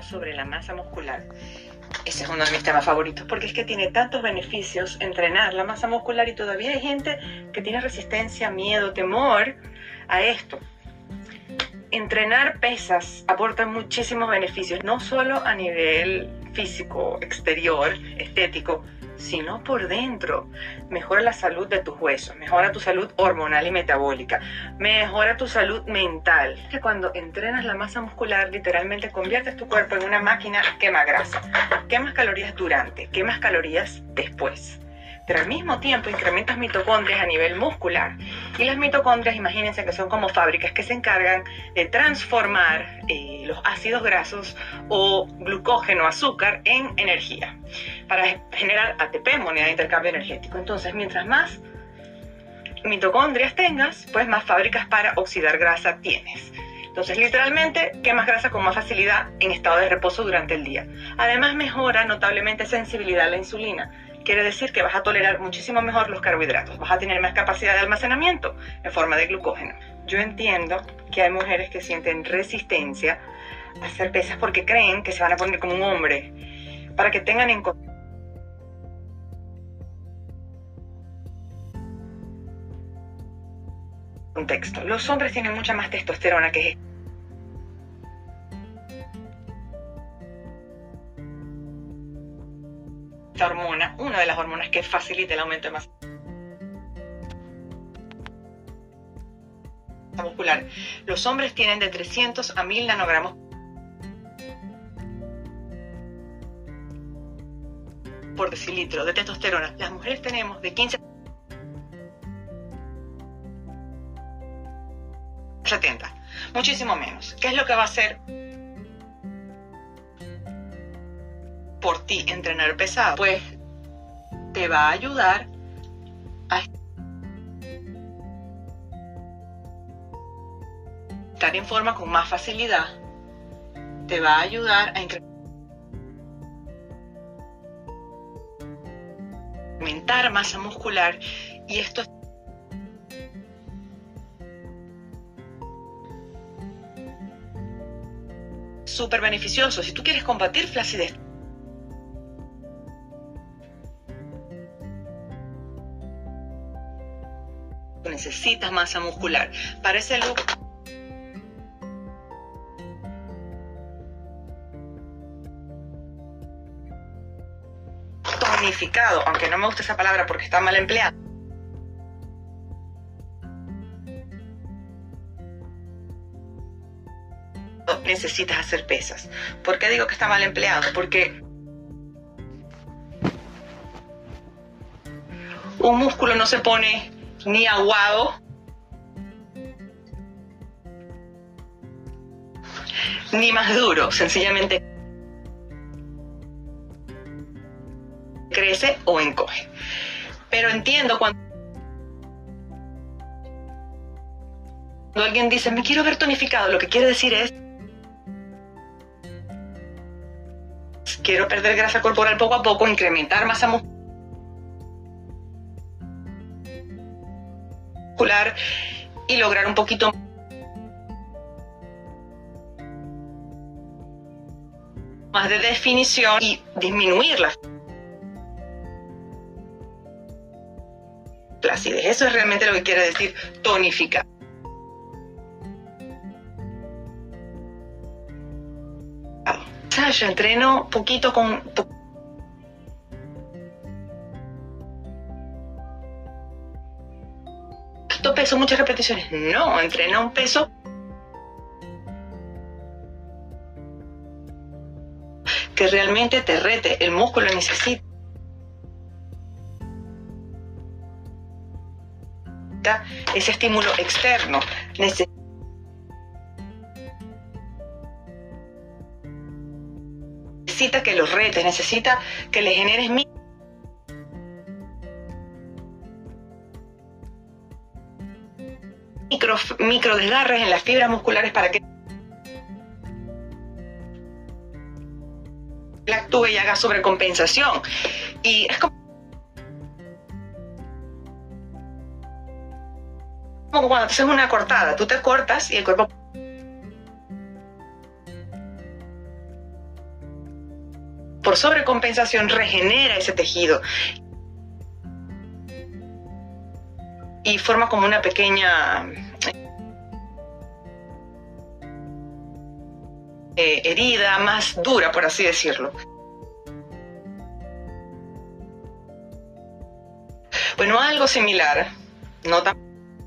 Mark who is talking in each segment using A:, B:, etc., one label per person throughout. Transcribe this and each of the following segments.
A: hablemos sobre la masa muscular. Ese es uno de mis temas favoritos porque es que tiene tantos beneficios entrenar la masa muscular y todavía hay gente que tiene resistencia, miedo, temor a esto. Entrenar pesas aporta muchísimos beneficios, no solo a nivel físico, exterior, estético, sino por dentro. Mejora la salud de tus huesos, mejora tu salud hormonal y metabólica, mejora tu salud mental. Que cuando entrenas la masa muscular, literalmente conviertes tu cuerpo en una máquina quema grasa. Quemas calorías durante, quemas calorías después. Pero al mismo tiempo incrementas mitocondrias a nivel muscular. Y las mitocondrias, imagínense que son como fábricas que se encargan de transformar los ácidos grasos o glucógeno, azúcar, en energía para generar ATP, moneda de intercambio energético. Entonces, mientras más mitocondrias tengas, pues más fábricas para oxidar grasa tienes. Entonces, literalmente, quemas grasa con más facilidad en estado de reposo durante el día. Además, mejora notablemente sensibilidad a la insulina. Quiere decir que vas a tolerar muchísimo mejor los carbohidratos, vas a tener más capacidad de almacenamiento en forma de glucógeno. Yo entiendo que hay mujeres que sienten resistencia a hacer pesas porque creen que se van a poner como un hombre. Para que tengan en contexto, los hombres tienen mucha más testosterona que esta hormona, una de las hormonas que facilita el aumento de masa muscular. Los hombres tienen de 300 a 1000 nanogramos por decilitro de testosterona. Las mujeres tenemos de 15 a 70, muchísimo menos. ¿Qué es lo que va a hacer por ti entrenar pesado? Pues te va a ayudar a estar en forma con más facilidad, te va a ayudar a incrementar masa muscular y esto es súper beneficioso. Si tú quieres combatir flacidez, necesitas masa muscular. Para ese look tonificado, aunque no me gusta esa palabra porque está mal empleada, necesitas hacer pesas. ¿Por qué digo que está mal empleado? Porque un músculo no se pone ni aguado ni más duro, sencillamente crece o encoge. Pero entiendo cuando alguien dice me quiero ver tonificado, lo que quiere decir es quiero perder grasa corporal poco a poco, incrementar masa muscular y lograr un poquito más de definición y disminuir la flacidez. Eso es realmente lo que quiere decir tonificar. Yo entreno poquito con poquito peso, muchas repeticiones. No, entreno un peso que realmente te rete. El músculo necesita ese estímulo externo. Necesita que los retes, necesita que le generes micro desgarres en las fibras musculares para que actúe y haga sobrecompensación. Y es como cuando te haces una cortada, tú te cortas y el cuerpo por sobrecompensación regenera ese tejido y forma como una pequeña herida más dura, por así decirlo. Bueno, algo similar, no tan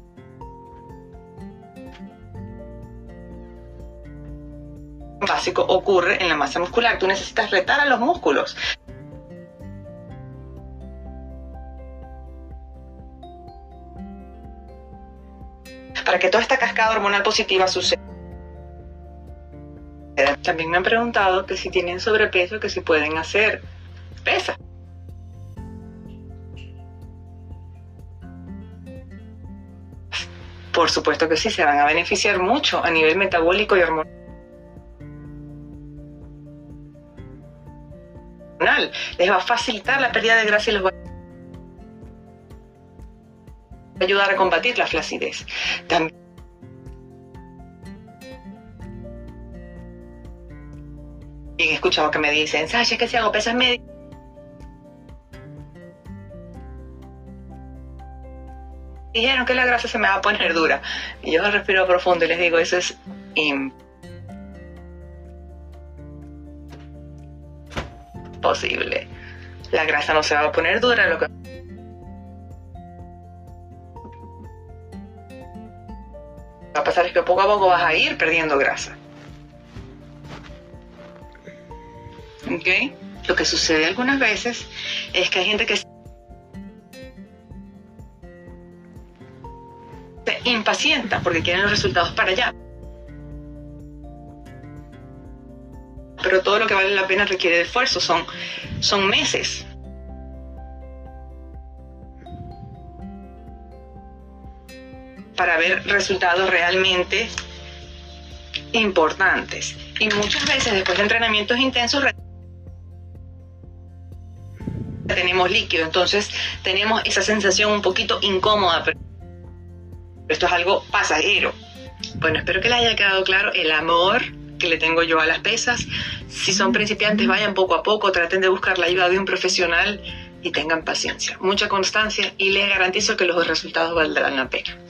A: básico, ocurre en la masa muscular. Tú necesitas retar a los músculos. Para que toda esta cascada hormonal positiva suceda. También me han preguntado que si tienen sobrepeso, que si pueden hacer pesas. Por supuesto que sí, se van a beneficiar mucho a nivel metabólico y hormonal. Les va a facilitar la pérdida de grasa y los va a ayudar a combatir la flacidez. También he escuchado que me dicen, Sasha, que si hago pesas me dijeron que la grasa se me va a poner dura. Y yo respiro profundo y les digo, eso es imposible. La grasa no se va a poner dura, lo que va a pasar es que poco a poco vas a ir perdiendo grasa. ¿Ok? Lo que sucede algunas veces es que hay gente que se impacienta porque quieren los resultados para allá. Pero todo lo que vale la pena requiere de esfuerzo, son meses. Para ver resultados realmente importantes. Y muchas veces después de entrenamientos intensos tenemos líquido, entonces tenemos esa sensación un poquito incómoda, pero esto es algo pasajero. Bueno, espero que les haya quedado claro el amor que le tengo yo a las pesas. Si son principiantes, vayan poco a poco, traten de buscar la ayuda de un profesional y tengan paciencia, mucha constancia, y les garantizo que los resultados valdrán la pena.